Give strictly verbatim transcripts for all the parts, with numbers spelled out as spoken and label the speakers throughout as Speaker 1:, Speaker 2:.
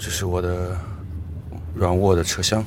Speaker 1: 这是我的软卧的车厢。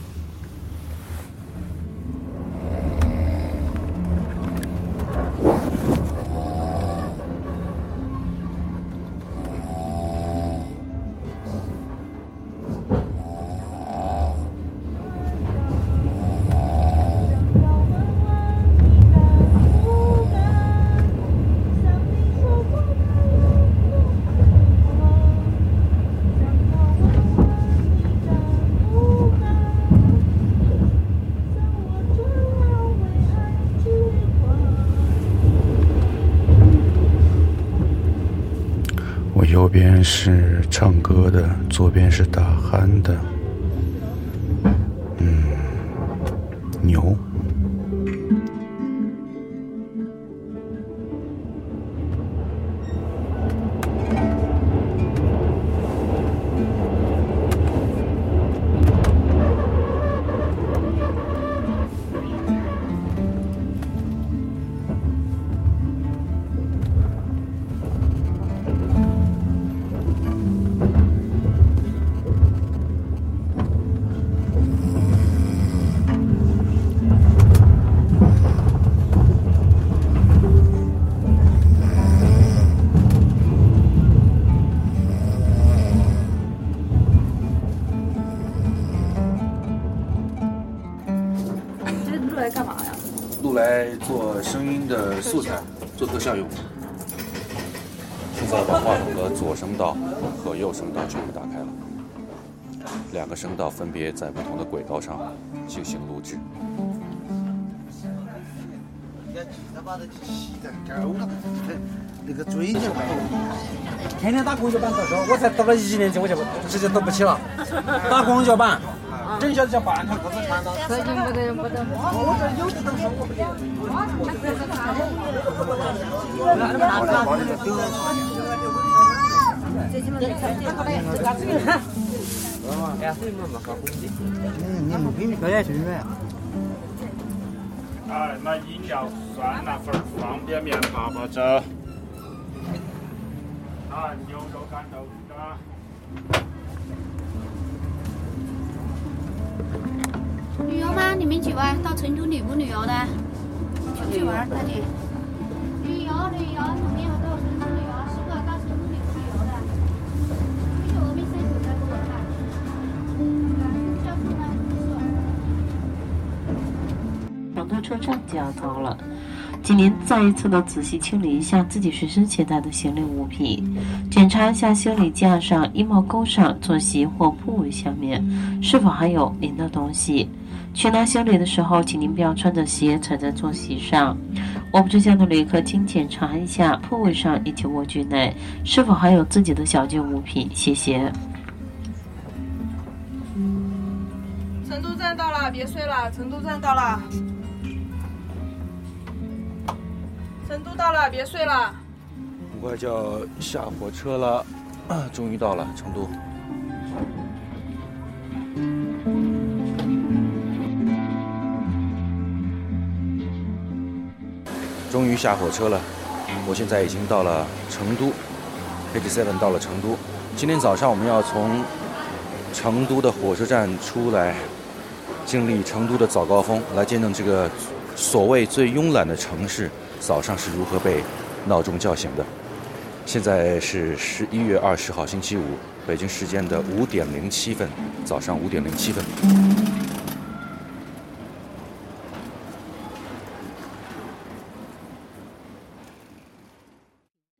Speaker 1: 右边是唱歌的，左边是打鼾的，嗯，牛。录来做声音的素材，做特效用。现在把话筒的左声道和右声道全部打开了，两个声道分别在不同的轨道上进行录制。
Speaker 2: 那个追你天天打公交板到时候，我才读了一年级，我就直接读不起了。打公交板。真晓得叫半条裤子穿到。这就不得不得。我这有的东西我不得。这基本上才这个嘞，这咋子呢？哎，你们嘛搞工地。嗯，你们比你高也去远啊。
Speaker 3: 哎，那饮料、酸辣粉、方便面、八宝粥。啊，牛肉干豆腐干。
Speaker 4: 旅游吗？你们去玩？到成都旅不旅游的？去不去玩？大姐？旅游旅游，我们以后到成都旅游，是不是到成都旅不旅游的？因为我们生活在国外。
Speaker 5: 成都车站就要到了，今年再一次的仔细清理一下自己随身携带的行李物品，检查一下行李架上、衣帽钩上、坐席或铺位下面是否还有您的东西。去拿行李的时候，请您不要穿着鞋踩在坐席上。我们这项的旅客请检查一下铺位上以及卧具内是否还有自己的小件物品，谢谢。
Speaker 6: 成都站到了，别睡了，成都站到了。成都到了，别睡了。
Speaker 1: 很快就要下火车了，啊，终于到了成都。终于下火车了，我现在已经到了成都 ，K T 七 到了成都。今天早上我们要从成都的火车站出来，经历成都的早高峰，来见证这个所谓最慵懒的城市早上是如何被闹钟叫醒的。现在是十一月二十号星期五，北京时间的五点零七分，早上五点零七分。